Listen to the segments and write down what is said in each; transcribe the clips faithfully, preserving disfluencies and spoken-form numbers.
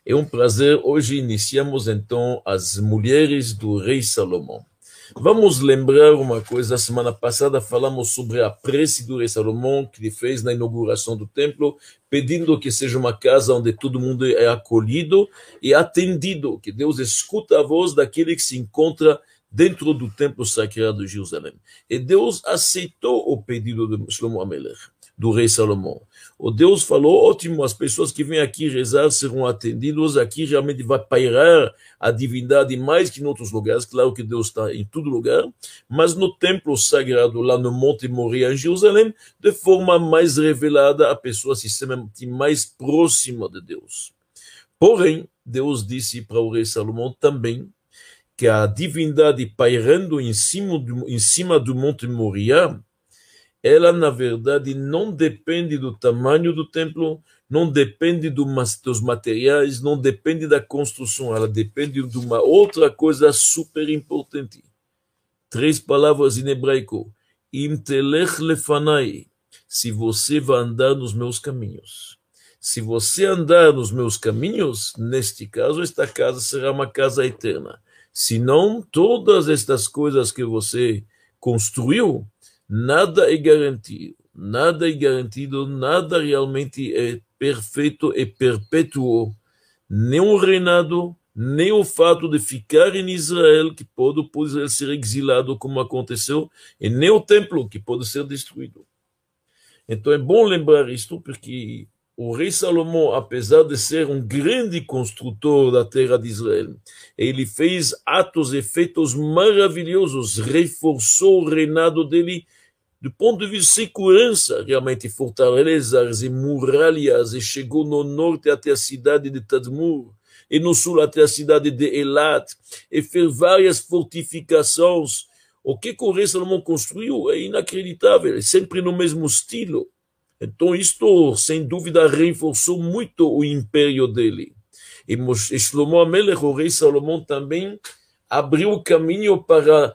É um prazer. Hoje iniciamos então as mulheres do rei Salomão. Vamos lembrar uma coisa, a semana passada falamos sobre a prece do rei Salomão que ele fez na inauguração do templo, pedindo que seja uma casa onde todo mundo é acolhido e atendido, que Deus escuta a voz daquele que se encontra dentro do templo sagrado de Jerusalém. E Deus aceitou o pedido de Shlomo Amelech, do rei Salomão. O Deus falou, ótimo, as pessoas que vêm aqui rezar serão atendidas, aqui realmente vai pairar a divindade mais que em outros lugares, claro que Deus está em todo lugar, mas no templo sagrado, lá no Monte Moria, em Jerusalém, de forma mais revelada, a pessoa se sente mais próxima de Deus. Porém, Deus disse para o rei Salomão também que a divindade pairando em cima do, em cima do Monte Moria, ela, na verdade, não depende do tamanho do templo, não depende do, dos materiais, não depende da construção, ela depende de uma outra coisa super importante. Três palavras em hebraico. Im telech lefanai. Se você vai andar nos meus caminhos. Se você andar nos meus caminhos, neste caso, esta casa será uma casa eterna. Senão, todas estas coisas que você construiu, nada é garantido, nada é garantido, nada realmente é perfeito e perpétuo. Nem o reinado, nem o fato de ficar em Israel, que pode, pode ser exilado, como aconteceu, e nem o templo, que pode ser destruído. Então é bom lembrar isto, porque o rei Salomão, apesar de ser um grande construtor da terra de Israel, ele fez atos e feitos maravilhosos, reforçou o reinado dele do ponto de vista de segurança, realmente fortalezas e muralhas, e chegou no norte até a cidade de Tadmur, e no sul até a cidade de Elat, e fez várias fortificações. O que o rei Salomão construiu é inacreditável, é sempre no mesmo estilo. Então isto, sem dúvida, reforçou muito o império dele. E Shlomo Amelech, o rei Salomão, também abriu o caminho para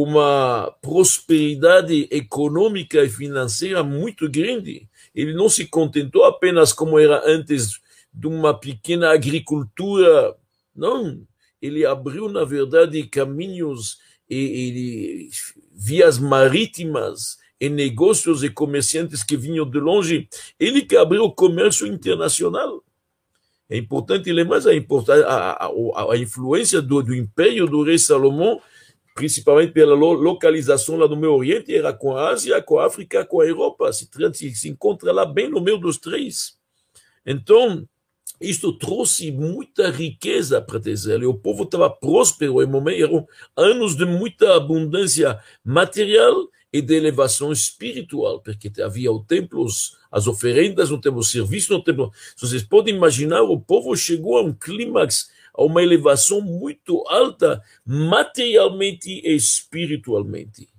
uma prosperidade econômica e financeira muito grande. Ele não se contentou apenas como era antes de uma pequena agricultura, não. Ele abriu, na verdade, caminhos e, e vias marítimas e negócios e comerciantes que vinham de longe. Ele que abriu o comércio internacional. É importante lembrar a, a, a, a influência do, do império do rei Salomão, principalmente pela localização lá no Meio Oriente, era com a Ásia, com a África, com a Europa, se, se encontra lá bem no meio dos três. Então, isto trouxe muita riqueza para Israel, e o povo estava próspero, eram anos de muita abundância material e de elevação espiritual, porque havia o templo, as oferendas no templo, o serviço no templo. Vocês podem imaginar, o povo chegou a um clímax, a uma elevação muito alta, materialmente e espiritualmente.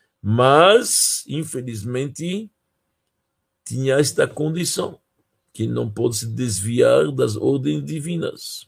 Mas, infelizmente, tinha esta condição, que não pode se desviar das ordens divinas.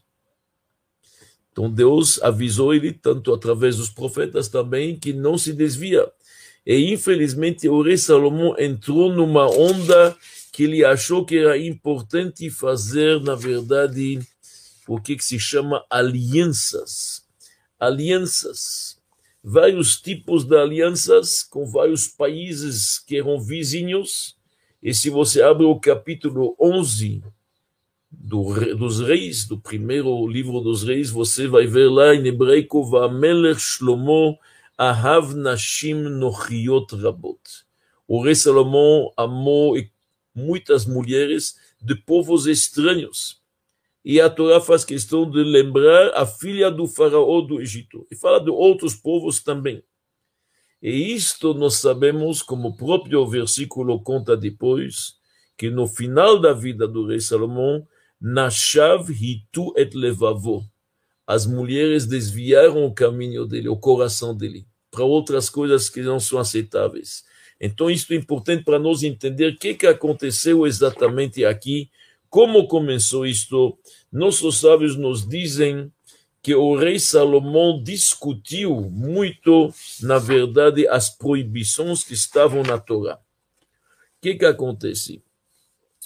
Então Deus avisou ele, tanto através dos profetas também, que não se desvia. E, infelizmente, o rei Salomão entrou numa onda que ele achou que era importante fazer, na verdade, o que, que se chama alianças. Alianças. Vários tipos de alianças com vários países que eram vizinhos. E se você abre o capítulo onze do, dos reis, do primeiro livro dos reis, você vai ver lá em hebraico, Vamelech Shlomo Ahav Nashim Nochiot Rabot. O rei Salomão amou muitas mulheres de povos estranhos. E a Torá faz questão de lembrar a filha do faraó do Egito. E fala de outros povos também. E isto nós sabemos, como o próprio versículo conta depois, que no final da vida do rei Salomão, Nashav hitu et levavo. As mulheres desviaram o caminho dele, o coração dele, para outras coisas que não são aceitáveis. Então, isto é importante para nós entender o que, que aconteceu exatamente aqui, como começou isto. Nossos sábios nos dizem que o rei Salomão discutiu muito, na verdade, as proibições que estavam na Torá. O que, que acontece?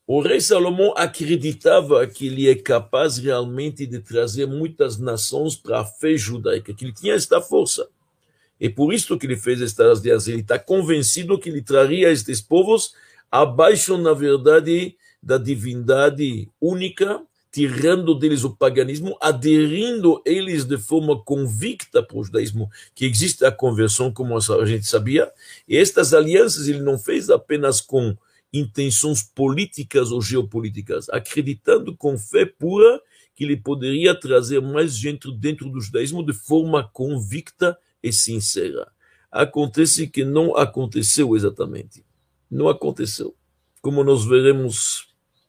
O rei Salomão acreditava que ele é capaz realmente de trazer muitas nações para a fé judaica, que ele tinha esta força. E por isso que ele fez estas alianças. Ele está convencido que ele traria estes povos abaixo, na verdade, da divindade única, tirando deles o paganismo, aderindo eles de forma convicta para o judaísmo, que existe a conversão, como a gente sabia. E estas alianças ele não fez apenas com intenções políticas ou geopolíticas, acreditando com fé pura que ele poderia trazer mais gente dentro do judaísmo de forma convicta e sincera. Acontece que não aconteceu exatamente. Não aconteceu. Como nós veremos.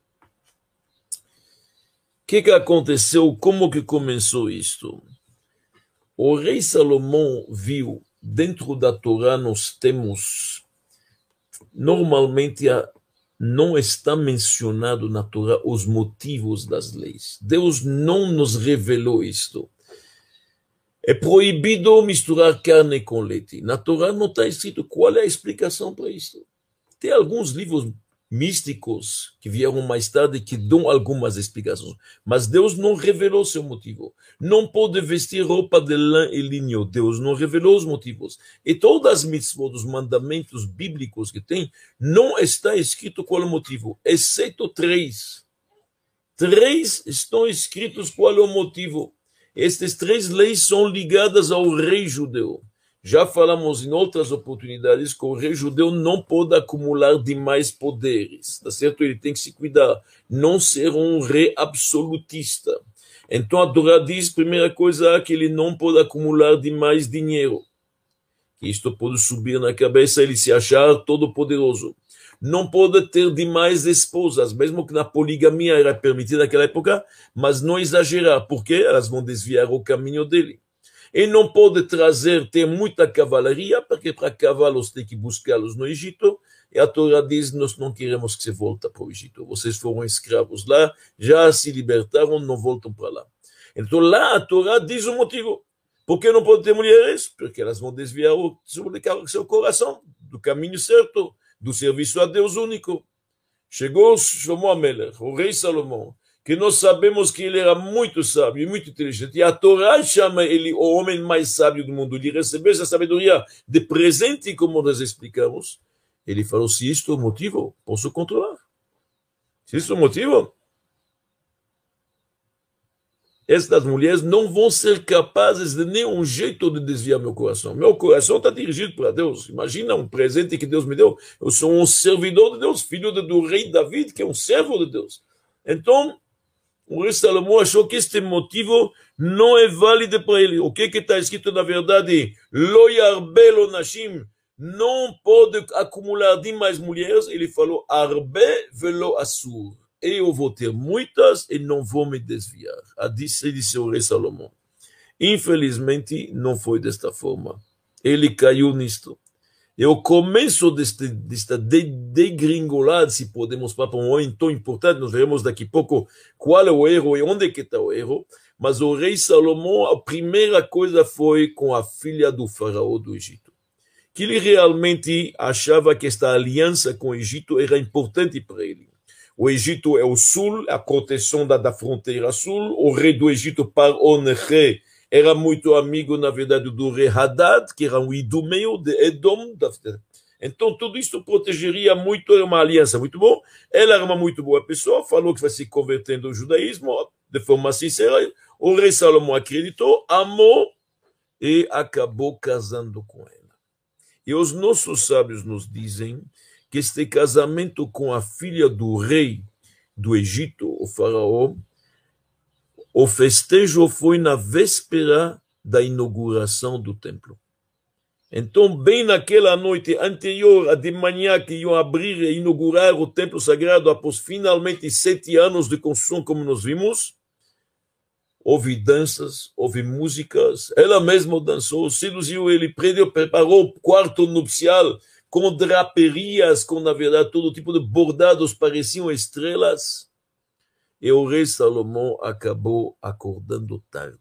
O que, que aconteceu? Como que começou isto? O rei Salomão viu, dentro da Torá nós temos, normalmente não está mencionado na Torá os motivos das leis. Deus não nos revelou isto. É proibido misturar carne com leite. Na Torá não está escrito qual é a explicação para isso. Tem alguns livros místicos que vieram mais tarde que dão algumas explicações, mas Deus não revelou seu motivo. Não pode vestir roupa de lã e linho. Deus não revelou os motivos. E todas as mitzvot, os mandamentos bíblicos que tem, não está escrito qual é o motivo, exceto três. Três estão escritos qual é o motivo. Estas três leis são ligadas ao rei judeu. Já falamos em outras oportunidades que o rei judeu não pode acumular demais poderes, tá certo? Ele tem que se cuidar, não ser um rei absolutista. Então a Torá diz, primeira coisa, que ele não pode acumular demais dinheiro. Isto pode subir na cabeça, ele se achar todo poderoso. Não pode ter demais esposas, mesmo que na poligamia era permitida naquela época, mas não exagerar, porque elas vão desviar o caminho dele. E não pode trazer, ter muita cavalaria, porque para cavalos tem que buscá-los no Egito, e a Torá diz, nós não queremos que você volte para o Egito, vocês foram escravos lá, já se libertaram, não voltam para lá. Então lá a Torá diz o motivo. Por que não pode ter mulheres? Porque elas vão desviar o seu coração do caminho certo, do serviço a Deus único. Chegou Shlomo HaMelech, o rei Salomão, que nós sabemos que ele era muito sábio e muito inteligente, e a Torá chama ele o homem mais sábio do mundo. Ele recebeu essa sabedoria de presente, como nós explicamos. Ele falou, se isto é o motivo, posso controlar. Se isto é o motivo, estas mulheres não vão ser capazes de nenhum jeito de desviar meu coração. Meu coração está dirigido para Deus. Imagina um presente que Deus me deu. Eu sou um servidor de Deus, filho do rei David, que é um servo de Deus. Então, o rei Salomão achou que este motivo não é válido para ele. O que está escrito na verdade? Lo yarbe lo nashim. Não pode acumular demais mulheres. Ele falou, arbe velo assur. Eu vou ter muitas e não vou me desviar. Disse, disse o rei Salomão. Infelizmente, não foi desta forma. Ele caiu nisto. E o começo deste, desta degringolada, se podemos falar para um homem tão importante, nós veremos daqui a pouco qual é o erro e onde que está o erro, mas o rei Salomão, a primeira coisa foi com a filha do faraó do Egito. Que ele realmente achava que esta aliança com o Egito era importante para ele. O Egito é o sul, a proteção da, da fronteira sul. O rei do Egito, Par-On-Re, era muito amigo, na verdade, do rei Hadad, que era um idumeu de Edom. Então, tudo isso protegeria muito, era uma aliança muito boa. Ela era uma muito boa pessoa, falou que vai se convertendo ao judaísmo de forma sincera. O rei Salomão acreditou, amou e acabou casando com ela. E os nossos sábios nos dizem que este casamento com a filha do rei do Egito, o faraó, o festejo foi na véspera da inauguração do templo. Então, bem naquela noite anterior, a de manhã que iam abrir e inaugurar o templo sagrado, após finalmente sete anos de construção, como nós vimos, houve danças, houve músicas, ela mesma dançou, seduziu ele, preparou o quarto nupcial, com draperias, com, na verdade, todo tipo de bordados, pareciam estrelas. E o rei Salomão acabou acordando tarde.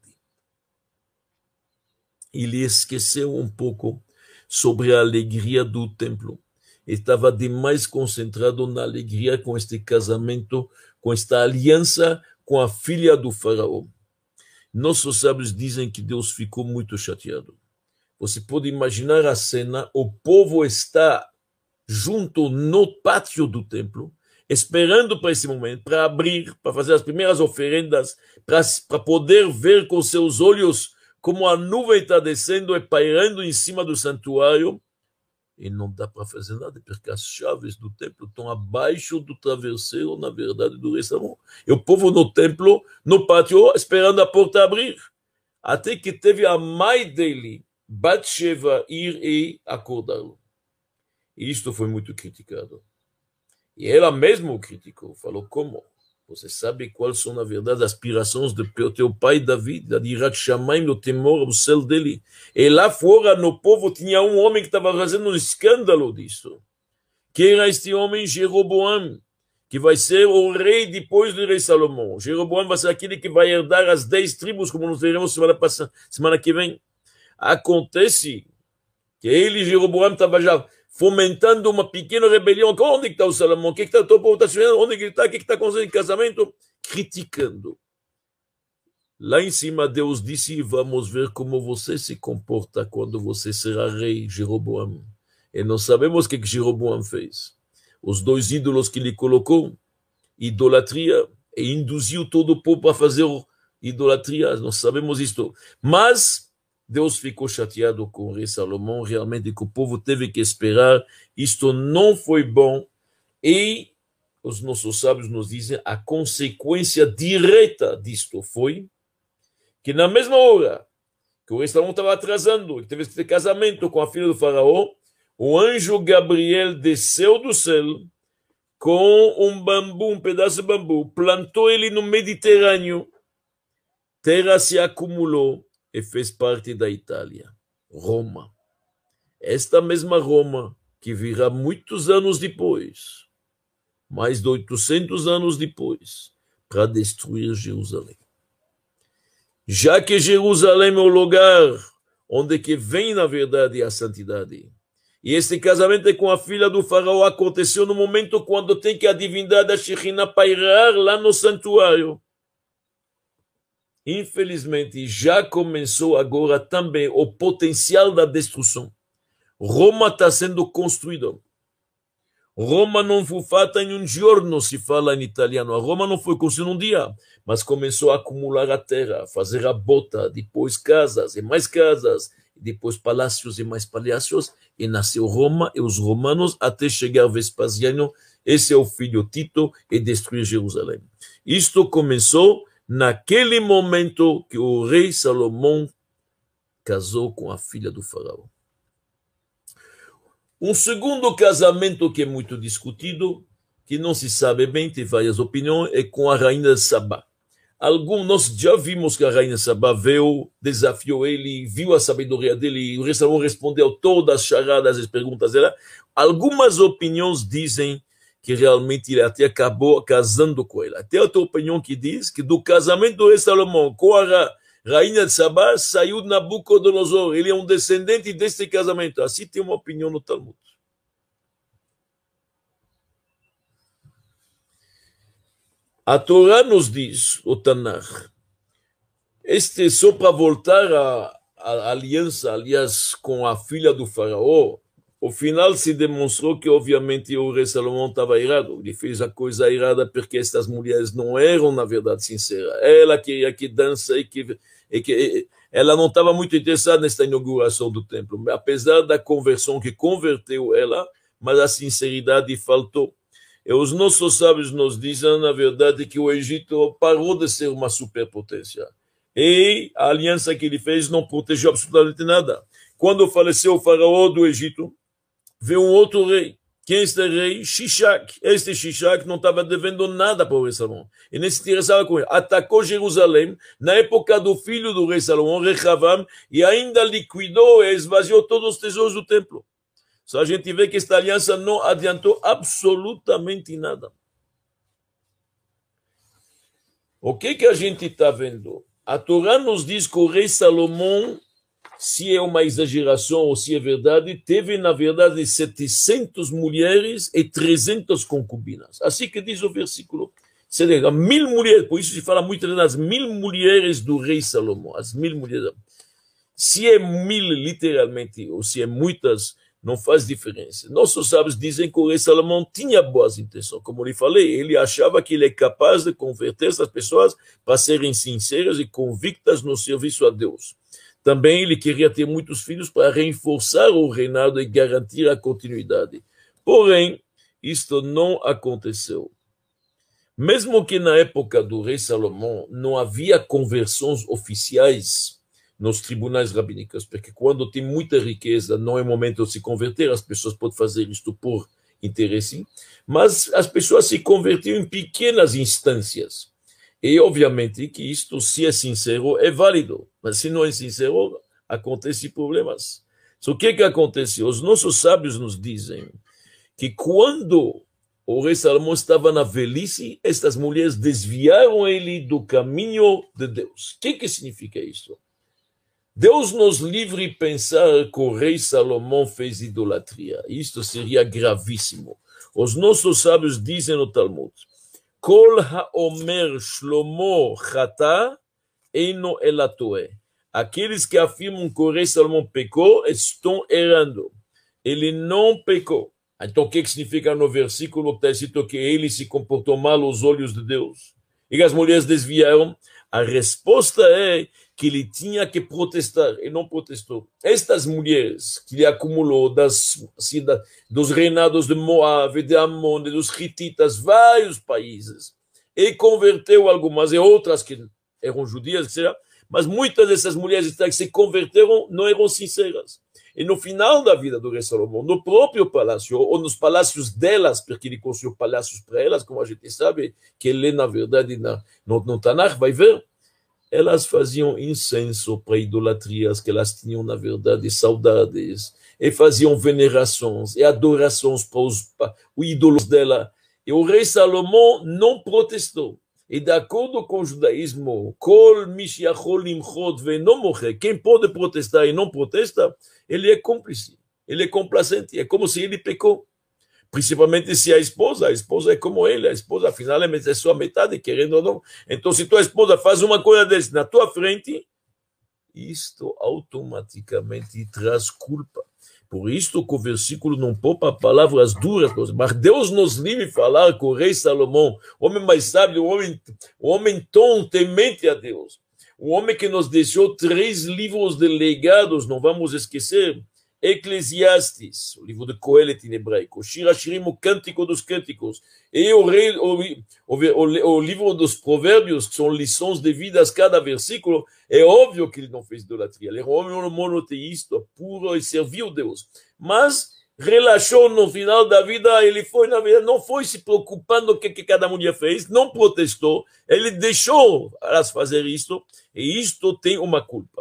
Ele esqueceu um pouco sobre a alegria do templo. estava demais concentrado na alegria com este casamento, com esta aliança com a filha do faraó. Nossos sábios dizem que Deus ficou muito chateado. Você pode imaginar a cena, o povo está junto no pátio do templo, esperando para esse momento, para abrir, para fazer as primeiras oferendas, para poder ver com seus olhos como a nuvem está descendo e pairando em cima do santuário, e não dá para fazer nada, porque as chaves do templo estão abaixo do travesseiro, na verdade, do rei Salomão. E o povo no templo, no pátio, esperando a porta abrir. Até que teve a mãe dele, Batsheva, ir e acordá-lo. E isto foi muito criticado. E ela mesma o criticou, falou, como? Você sabe quais são, na verdade, as aspirações do teu pai Davi, da Irat Shamayim, o temor ao céu dele. E lá fora, no povo, tinha um homem que estava fazendo um escândalo disso. Que era este homem, Jeroboam, que vai ser o rei depois do rei Salomão. Jeroboam vai ser aquele que vai herdar as dez tribos, como nós veremos semana passada, semana que vem. Acontece que ele, Jeroboam, estava já fomentando uma pequena rebelião. Onde está o Salomão? O que está o povo está chegando? Onde ele está? O que está acontecendo em casamento? Criticando. Lá em cima, Deus disse, vamos ver como você se comporta quando você será rei, Jeroboam. E nós sabemos o que Jeroboam fez. Os dois ídolos que ele colocou, idolatria, e induziu todo o povo a fazer idolatria. Nós sabemos isto. Mas Deus ficou chateado com o rei Salomão, realmente que o povo teve que esperar, isto não foi bom, e os nossos sábios nos dizem, a consequência direta disto foi, que na mesma hora que o rei Salomão estava atrasando, que teve esse casamento com a filha do faraó, o anjo Gabriel desceu do céu com um bambu, um pedaço de bambu, plantou ele no Mediterrâneo, terra se acumulou, e fez parte da Itália, Roma. Esta mesma Roma que virá muitos anos depois, mais de oitocentos anos depois, para destruir Jerusalém. Já que Jerusalém é o lugar onde que vem, na verdade, a santidade. E este casamento com a filha do faraó aconteceu no momento quando tem que a divindade da Shekhinah pairar lá no santuário. Infelizmente, já começou agora também o potencial da destruição. Roma está sendo construída. Roma não foi feita em um giorno, se fala em italiano. A Roma não foi construída um dia, mas começou a acumular a terra, fazer a bota, depois casas e mais casas, depois palácios e mais palácios, e nasceu Roma e os romanos até chegar Vespasiano, esse é o filho Tito, e destruir Jerusalém. Isto começou naquele momento que o rei Salomão casou com a filha do faraó. Um segundo casamento que é muito discutido, que não se sabe bem, tem várias opiniões, é com a rainha de Sabá. Alguns, nós já vimos que a rainha de Sabá veio, desafiou ele, viu a sabedoria dele, e o rei Salomão respondeu todas as charadas, as perguntas dela. Algumas opiniões dizem que realmente ele até acabou casando com ela. Tem outra opinião que diz que do casamento do rei Salomão com a rainha de Sabá saiu Nabucodonosor. Ele é um descendente deste casamento. Assim tem uma opinião no Talmud. A Torá nos diz, o Tanakh, este só para voltar à aliança, aliás, com a filha do faraó, ao final se demonstrou que, obviamente, o rei Salomão estava errado. Ele fez a coisa errada porque estas mulheres não eram, na verdade, sinceras. Ela queria que dança e que, e que ela não estava muito interessada nesta inauguração do templo. Apesar da conversão que converteu ela, mas a sinceridade faltou. E os nossos sábios nos dizem, na verdade, que o Egito parou de ser uma superpotência. E a aliança que ele fez não protegeu absolutamente nada. Quando faleceu o faraó do Egito, veio um outro rei. Quem é este rei? Shishak. Este Shishak não estava devendo nada para o rei Salomão. E nem se interessava com ele. Atacou Jerusalém na época do filho do rei Salomão, Rehavam, e ainda liquidou e esvaziou todos os tesouros do templo. Só a gente vê que esta aliança não adiantou absolutamente nada. O que que a gente está vendo? A Torá nos diz que o rei Salomão se é uma exageração ou se é verdade, teve, na verdade, setecentas mulheres e trezentas concubinas. Assim que diz o versículo. Seja, mil mulheres, por isso se fala muito das mil mulheres do rei Salomão, as mil mulheres. Se é mil, literalmente, ou se é muitas, não faz diferença. Nossos sábios dizem que o rei Salomão tinha boas intenções. Como eu lhe falei, ele achava que ele é capaz de converter essas pessoas para serem sinceras e convictas no serviço a Deus. Também ele queria ter muitos filhos para reforçar o reinado e garantir a continuidade. Porém, isto não aconteceu. Mesmo que na época do rei Salomão não havia conversões oficiais nos tribunais rabínicos, porque quando tem muita riqueza não é momento de se converter, as pessoas podem fazer isto por interesse, mas as pessoas se convertiam em pequenas instâncias. E, obviamente, que isto, se é sincero, é válido. Mas, se não é sincero, acontecem problemas. So, o que que acontece? Os nossos sábios nos dizem que quando o rei Salomão estava na velhice, estas mulheres desviaram ele do caminho de Deus. O que que significa isso? Deus nos livre de pensar que o rei Salomão fez idolatria. Isto seria gravíssimo. Os nossos sábios dizem no Talmud: Kol haomer Shlomo chata eino elatoe. Aqueles que afirmam que o rei Salomão pecou estão errando. Ele não pecou. Então, o que significa no versículo que está escrito que ele se comportou mal aos olhos de Deus? E as mulheres desviaram? A resposta é que ele tinha que protestar, e não protestou. Estas mulheres que ele acumulou das cidades, dos reinados de Moab, de Amon, dos Hititas, vários países, e converteu algumas, e outras que eram judias, etcétera, mas muitas dessas mulheres que se converteram não eram sinceras. E no final da vida do rei Salomão, no próprio palácio, ou nos palácios delas, porque ele construiu palácios para elas, como a gente sabe, que ele, na verdade, na, no, no Tanakh, vai ver, elas faziam incenso para idolatrias, que elas tinham, na verdade, saudades, e faziam venerações e adorações para os, para os ídolos dela. E o rei Salomão não protestou. E de acordo com o judaísmo, Kol Mishiachol Imchot Ve'no Moche, quem pode protestar e não protesta, ele é cúmplice, ele é complacente, é como se ele pecou. Principalmente se a esposa, a esposa é como ele, a esposa afinal é sua metade, querendo ou não. Então, se tua esposa faz uma coisa dessa na tua frente, isto automaticamente traz culpa. Por isso que o versículo não poupa palavras duras, mas Deus nos livre de falar com o rei Salomão, homem mais sábio, o homem, o homem tão temente a Deus, o homem que nos deixou três livros de legados, não vamos esquecer, Eclesiastes, o livro de Coelet em hebraico, Shir Hashirim, o Cântico dos Cânticos, e o, rei, o, o, o, o livro dos Provérbios, que são lições de vida a cada versículo. É óbvio que ele não fez idolatria, ele era um homem monoteísta, puro, e serviu Deus, mas relaxou no final da vida, ele foi, na verdade, não foi se preocupando com o que, que cada mulher fez, não protestou, ele deixou elas fazer isto, e isto tem uma culpa.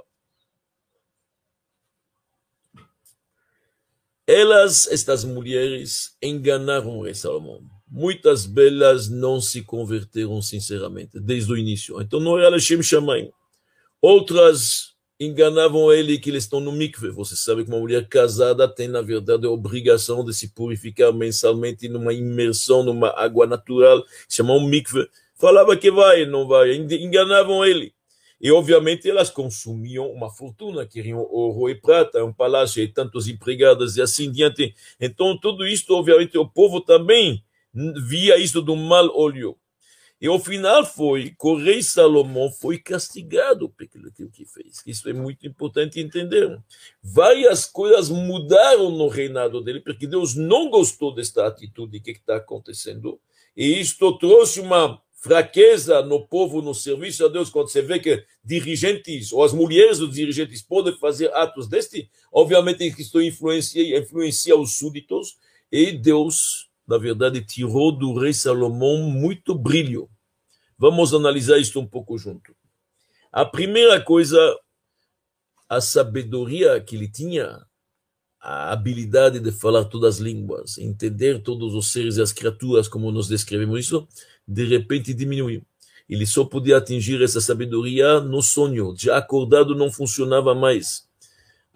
Elas, estas mulheres, enganaram o rei Salomão. Muitas belas não se converteram sinceramente, desde o início. Então não era Shem Shamayim. Outras enganavam ele que eles estão no mikve. Você sabe que uma mulher casada tem, na verdade, a obrigação de se purificar mensalmente numa imersão, numa água natural, chamam mikve. Falava que vai, não vai. Enganavam ele. E, obviamente, elas consumiam uma fortuna, queriam ouro e prata, um palácio e tantos empregados e assim diante. Então, tudo isso, obviamente, o povo também via isso do mal olho. E, ao final, foi que o rei Salomão foi castigado pelo que fez. Isso é muito importante entender. Várias coisas mudaram no reinado dele, porque Deus não gostou desta atitude que está acontecendo. E isto trouxe uma fraqueza no povo, no serviço a Deus. Quando você vê que dirigentes, ou as mulheres dos dirigentes podem fazer atos deste, obviamente que isso influencia, influencia os súditos, e Deus, na verdade, tirou do rei Salomão muito brilho. Vamos analisar isto um pouco junto. A primeira coisa, a sabedoria que ele tinha, a habilidade de falar todas as línguas, entender todos os seres e as criaturas, como nós descrevemos isso, de repente diminuiu. Ele só podia atingir essa sabedoria no sonho. Já acordado não funcionava mais.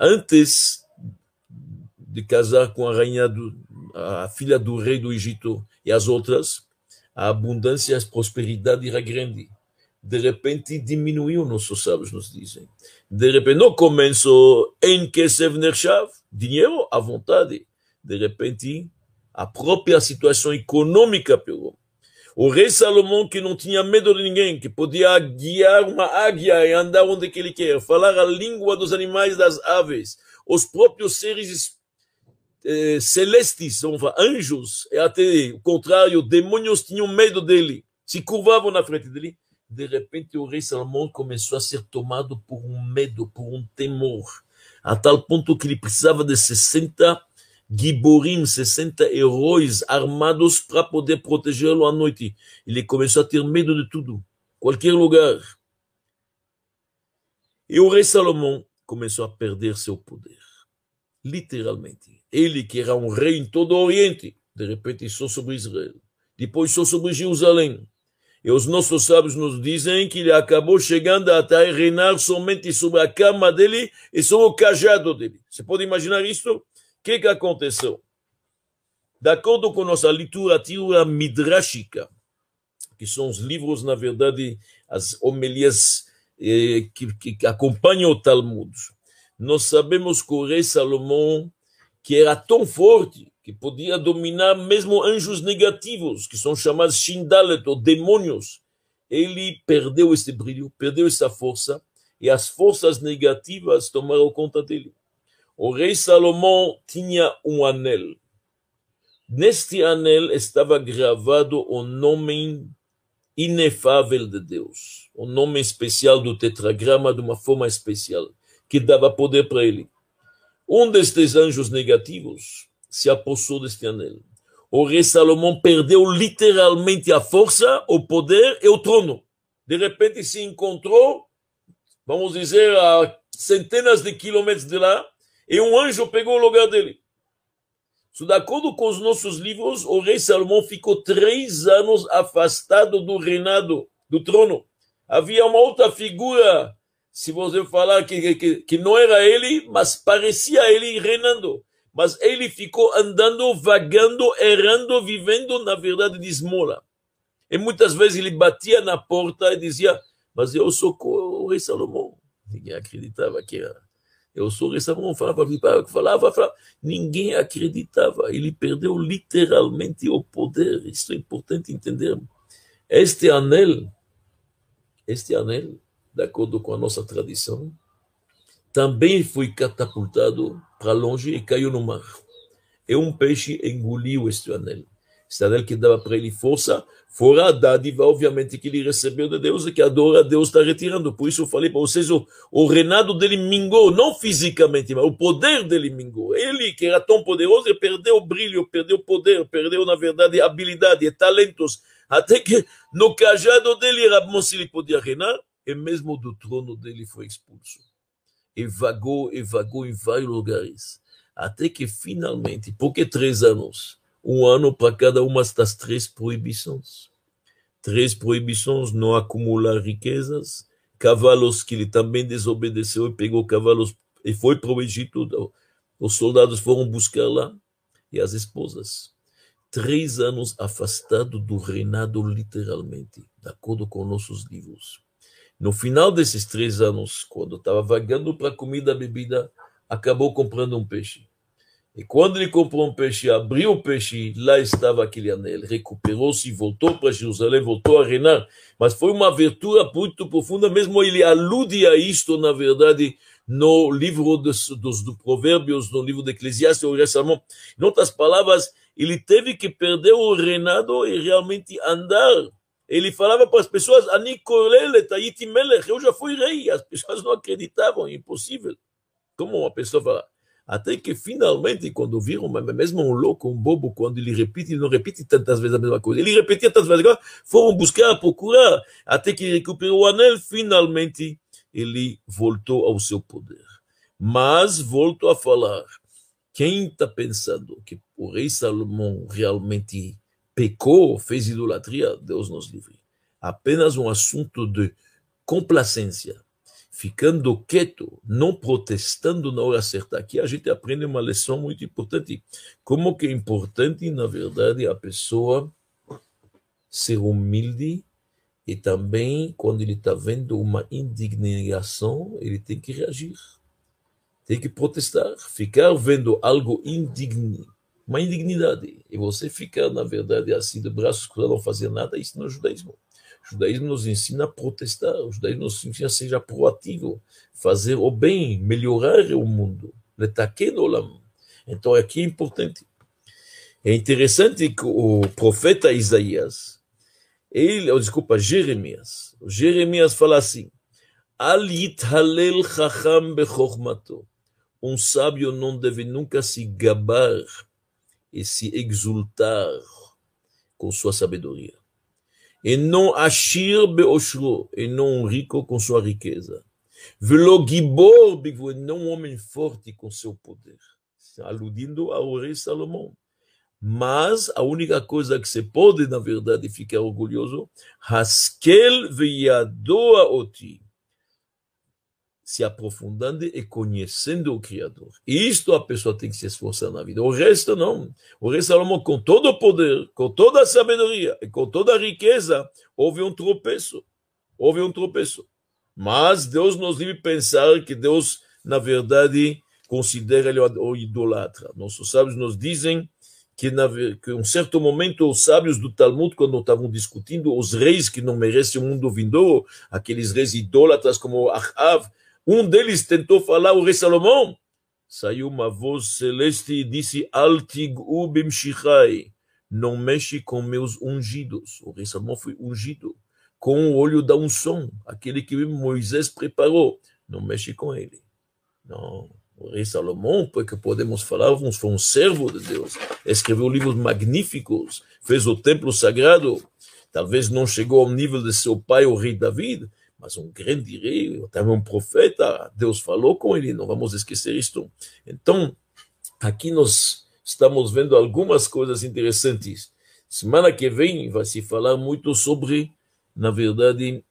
antes de casar com a rainha, do, a filha do rei do Egito e as outras, a abundância e a prosperidade era grande. De repente diminuiu, nossos sábios nos dizem. De repente, no começo, em Kesef Nershav, dinheiro à vontade. De repente, a própria situação econômica pegou. O rei Salomão, que não tinha medo de ninguém, que podia guiar uma águia e andar onde que ele quer, falar a língua dos animais, das aves, os próprios seres eh, celestes, anjos, e até o contrário, demônios tinham medo dele, se curvavam na frente dele. De repente, o rei Salomão começou a ser tomado por um medo, por um temor, a tal ponto que ele precisava de sessenta Giborim, sessenta heróis armados para poder protegê-lo à noite. Ele começou a ter medo de tudo, qualquer lugar. E o rei Salomão começou a perder seu poder, literalmente. Ele, que era um rei em todo o Oriente, de repente só sobre Israel, depois só sobre Jerusalém. E os nossos sábios nos dizem que ele acabou chegando até reinar somente sobre a cama dele e sobre o cajado dele. Você pode imaginar isso? O que, que aconteceu? De acordo com nossa literatura midrashica, que são os livros, na verdade, as homilias eh, que, que acompanham o Talmud, nós sabemos que o rei Salomão, que era tão forte, que podia dominar mesmo anjos negativos, que são chamados Shindalet, ou demônios, ele perdeu esse brilho, perdeu essa força, e as forças negativas tomaram conta dele. O rei Salomão tinha um anel. Neste anel estava gravado o nome inefável de Deus, o nome especial do tetragrama de uma forma especial, que dava poder para ele. Um destes anjos negativos se apossou deste anel. O rei Salomão perdeu literalmente a força, o poder e o trono. De repente se encontrou, vamos dizer, a centenas de quilômetros de lá, e um anjo pegou o lugar dele. So, de acordo com os nossos livros, o rei Salomão ficou três anos afastado do reinado, do trono. Havia uma outra figura, se você falar que, que, que não era ele, mas parecia ele reinando. Mas ele ficou andando, vagando, errando, vivendo, na verdade, de esmola. E muitas vezes ele batia na porta e dizia, mas eu sou o rei Salomão. Ninguém acreditava que era. Eu sou o rei Salomão, falava, falava, falava. Ninguém acreditava. Ele perdeu literalmente o poder. Isso é importante entender. Este anel, este anel, de acordo com a nossa tradição, também foi catapultado para longe e caiu no mar. E um peixe engoliu este anel. Este anel que dava para ele força, fora a dádiva, obviamente, que ele recebeu de Deus e que adora a Deus está retirando. Por isso eu falei para vocês, o, o reinado dele mingou, não fisicamente, mas o poder dele mingou. Ele, que era tão poderoso, ele perdeu o brilho, perdeu o poder, perdeu, na verdade, habilidade e talentos. Até que no cajado dele era bom se ele podia reinar, e mesmo do trono dele foi expulso. E vagou, e vagou em vários lugares. Até que finalmente, porque três anos, um ano para cada uma das três proibições. Três proibições, não acumular riquezas, cavalos que ele também desobedeceu e pegou cavalos e foi para o Egito. Os soldados foram buscar lá, e as esposas. Três anos afastado do reinado literalmente, de acordo com nossos livros. No final desses três anos, quando estava vagando para comida e bebida, acabou comprando um peixe. E quando ele comprou um peixe, abriu o peixe, lá estava aquele anel. Recuperou-se, voltou para Jerusalém, voltou a reinar. Mas foi uma abertura muito profunda, mesmo ele alude a isto, na verdade, no livro dos, dos, dos Provérbios, no livro de Eclesiastes, o rei Salomão. Em outras palavras, ele teve que perder o reinado e realmente andar. Ele falava para as pessoas, Ani Korele, Taiti Melech, eu já fui rei. As pessoas não acreditavam, é impossível. Como uma pessoa fala? Até que finalmente, quando viram, mesmo um louco, um bobo, quando ele repite, ele não repite tantas vezes a mesma coisa. Ele repetia tantas vezes agora, foram buscar, procurar, até que ele recuperou o anel, finalmente ele voltou ao seu poder. Mas voltou a falar, quem está pensando que o rei Salomão realmente pecou, fez idolatria, Deus nos livre. Apenas um assunto de complacência. ficando quieto, não protestando na hora certa. Aqui a gente aprende uma lição muito importante. Como que é importante, na verdade, a pessoa ser humilde e também, quando ele está vendo uma indignação, ele tem que reagir. Tem que protestar. Ficar vendo algo indigno, uma indignidade, e você ficar, na verdade, assim, de braços cruzados, não fazer nada, isso não é judaísmo. O judaísmo nos ensina a protestar, o judaísmo nos ensina a ser proativo, fazer o bem, melhorar o mundo, letaken olam. Então aqui é importante. É interessante que o profeta Isaías, ele, oh, desculpa, Jeremias, o Jeremias fala assim, Al yithalel chacham bechormato. Um sábio não deve nunca se gabar e se exultar com sua sabedoria. E não ashir beoshro, e não um rico com sua riqueza. Velo gibor bigvo, e não um homem forte com seu poder. Aludindo ao rei Salomão. Mas a única coisa que se pode, na verdade, ficar orgulhoso, haskel veyadoa oti, se aprofundando e conhecendo o Criador. E isto a pessoa tem que se esforçar na vida. O resto não. O rei Salomão, com todo o poder, com toda a sabedoria e com toda a riqueza, houve um tropeço. Houve um tropeço. Mas Deus nos livre pensar que Deus, na verdade, considera ele o idolatra. Nossos sábios nos dizem que, na, que em um certo momento, os sábios do Talmud, quando estavam discutindo os reis que não merecem o mundo vindouro, aqueles reis idólatras como Ahav, um deles tentou falar o rei Salomão. Saiu uma voz celeste e disse, Al tig'u bimshichai, não mexe com meus ungidos. O rei Salomão foi ungido com o olho da unção, aquele que Moisés preparou. Não mexe com ele. Não. O rei Salomão, porque podemos falar, foi um servo de Deus, escreveu livros magníficos, fez o templo sagrado, talvez não chegou ao nível de seu pai, o rei David, mas um grande rei, também um profeta, Deus falou com ele, não vamos esquecer isto. Então, aqui nós estamos vendo algumas coisas interessantes. Semana que vem vai se falar muito sobre, na verdade,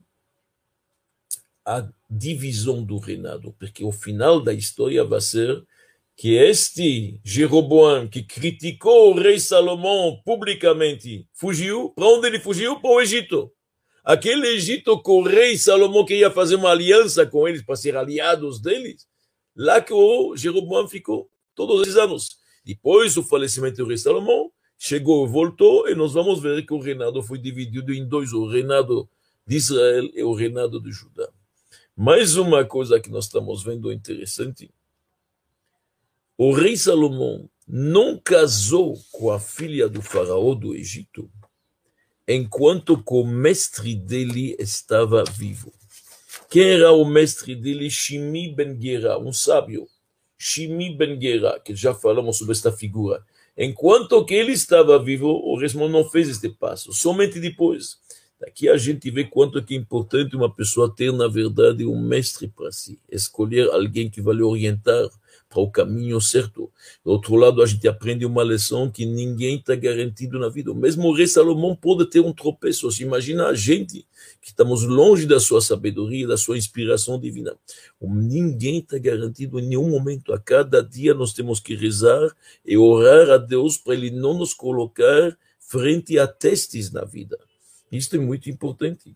a divisão do reinado, porque o final da história vai ser que este Jeroboam, que criticou o rei Salomão publicamente, fugiu. Para onde ele fugiu? Para o Egito. Aquele Egito que o rei Salomão queria fazer uma aliança com eles, para ser aliados deles, lá que o Jeroboam ficou todos esses anos. Depois do falecimento do rei Salomão, chegou, voltou, e nós vamos ver que o reinado foi dividido em dois, o reinado de Israel e o reinado de Judá. Mais uma coisa que nós estamos vendo interessante, o rei Salomão não casou com a filha do faraó do Egito, enquanto o mestre dele estava vivo. Quem era o mestre dele? Shimi ben Gera, um sábio. Shimi ben Gera, que já falamos sobre esta figura. Enquanto que ele estava vivo, o rei Salomão não fez este passo, somente depois. Daqui a gente vê quanto que é importante uma pessoa ter, na verdade, um mestre para si. Escolher alguém que vai lhe orientar para o caminho certo. Do outro lado, a gente aprende uma lição que ninguém está garantido na vida. Mesmo o rei Salomão pode ter um tropeço. Se imagina a gente que estamos longe da sua sabedoria, da sua inspiração divina. Ninguém está garantido em nenhum momento. A cada dia nós temos que rezar e orar a Deus para Ele não nos colocar frente a testes na vida. Isto é muito importante.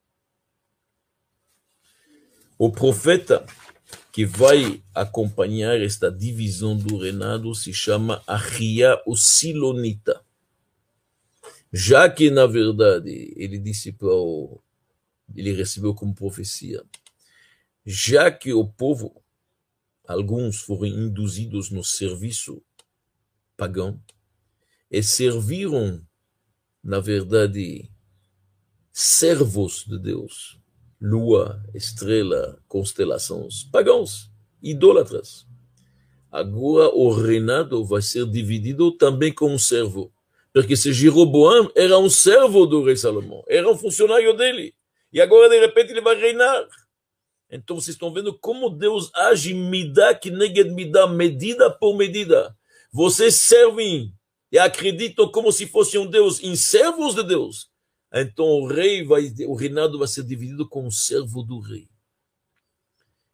O profeta que vai acompanhar esta divisão do reinado se chama Ahia, o Silonita. Já que, na verdade, ele disse para o... ele recebeu como profecia, já que o povo, alguns foram induzidos no serviço pagão e serviram, na verdade, servos de Deus, lua, estrela, constelações, pagãos, idólatras. Agora o reinado vai ser dividido também com um servo, porque esse Jeroboam era um servo do rei Salomão, era um funcionário dele, e agora de repente ele vai reinar. Então vocês estão vendo como Deus age midá que neged midá, medida por medida. Vocês servem e acreditam como se fosse um Deus em servos de Deus. Então o rei vai, o reinado vai ser dividido com o servo do rei.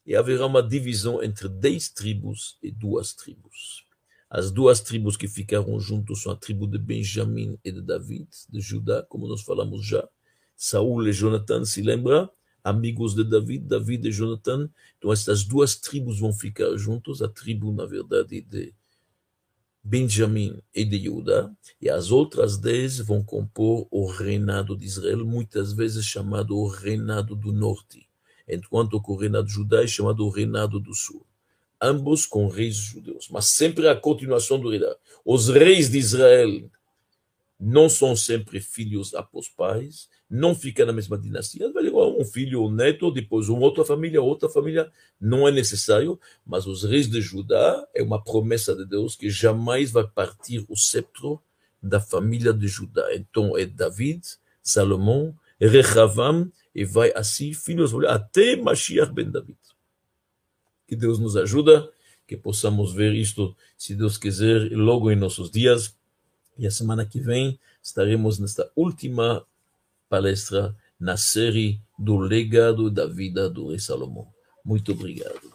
e haverá uma divisão entre dez tribos e duas tribos. As duas tribos que ficaram juntos são a tribo de Benjamim e de David, de Judá, como nós falamos já. Saul e Jonathan, se lembra? Amigos de David, David e Jonathan. Então essas duas tribos vão ficar juntos, a tribo, na verdade, de Benjamim e de Judá, e as outras dez vão compor o reinado de Israel, muitas vezes chamado o reinado do norte, enquanto que o reinado de Judá é chamado o reinado do sul. Ambos com reis judeus, mas sempre a continuação do reinado. Os reis de Israel não são sempre filhos após pais, não ficam na mesma dinastia, um filho, um neto, depois uma outra família, outra família, não é necessário, mas os reis de Judá é uma promessa de Deus que jamais vai partir o cetro da família de Judá. Então é David, Salomão, Rehavam, e vai assim, filhos, até Mashiach ben David. Que Deus nos ajuda, que possamos ver isto, se Deus quiser, logo em nossos dias. E a semana que vem estaremos nesta última palestra na série do legado da vida do rei Salomão. Muito obrigado.